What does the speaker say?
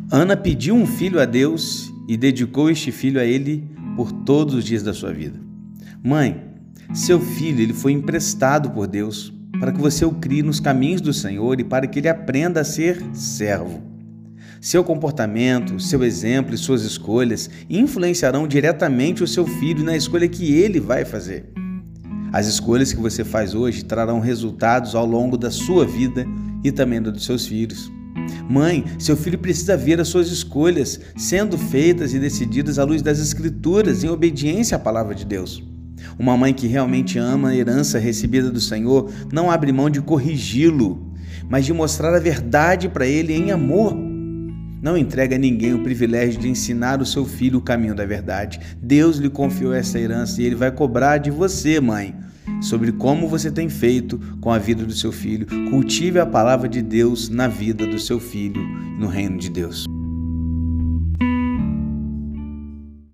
Ana pediu um filho a Deus e dedicou este filho a ele por todos os dias da sua vida. Mãe, seu filho ele foi emprestado por Deus para que você o crie nos caminhos do Senhor e para que ele aprenda a ser servo. Seu comportamento, seu exemplo e suas escolhas influenciarão diretamente o seu filho na escolha que ele vai fazer. As escolhas que você faz hoje trarão resultados ao longo da sua vida e também dos seus filhos. Mãe, seu filho precisa ver as suas escolhas sendo feitas e decididas à luz das Escrituras, em obediência à palavra de Deus. Uma mãe que realmente ama a herança recebida do Senhor não abre mão de corrigi-lo, mas de mostrar a verdade para ele em amor. Não entrega a ninguém o privilégio de ensinar o seu filho o caminho da verdade. Deus lhe confiou essa herança e ele vai cobrar de você, mãe, sobre como você tem feito com a vida do seu filho. Cultive a palavra de Deus na vida do seu filho, no reino de Deus.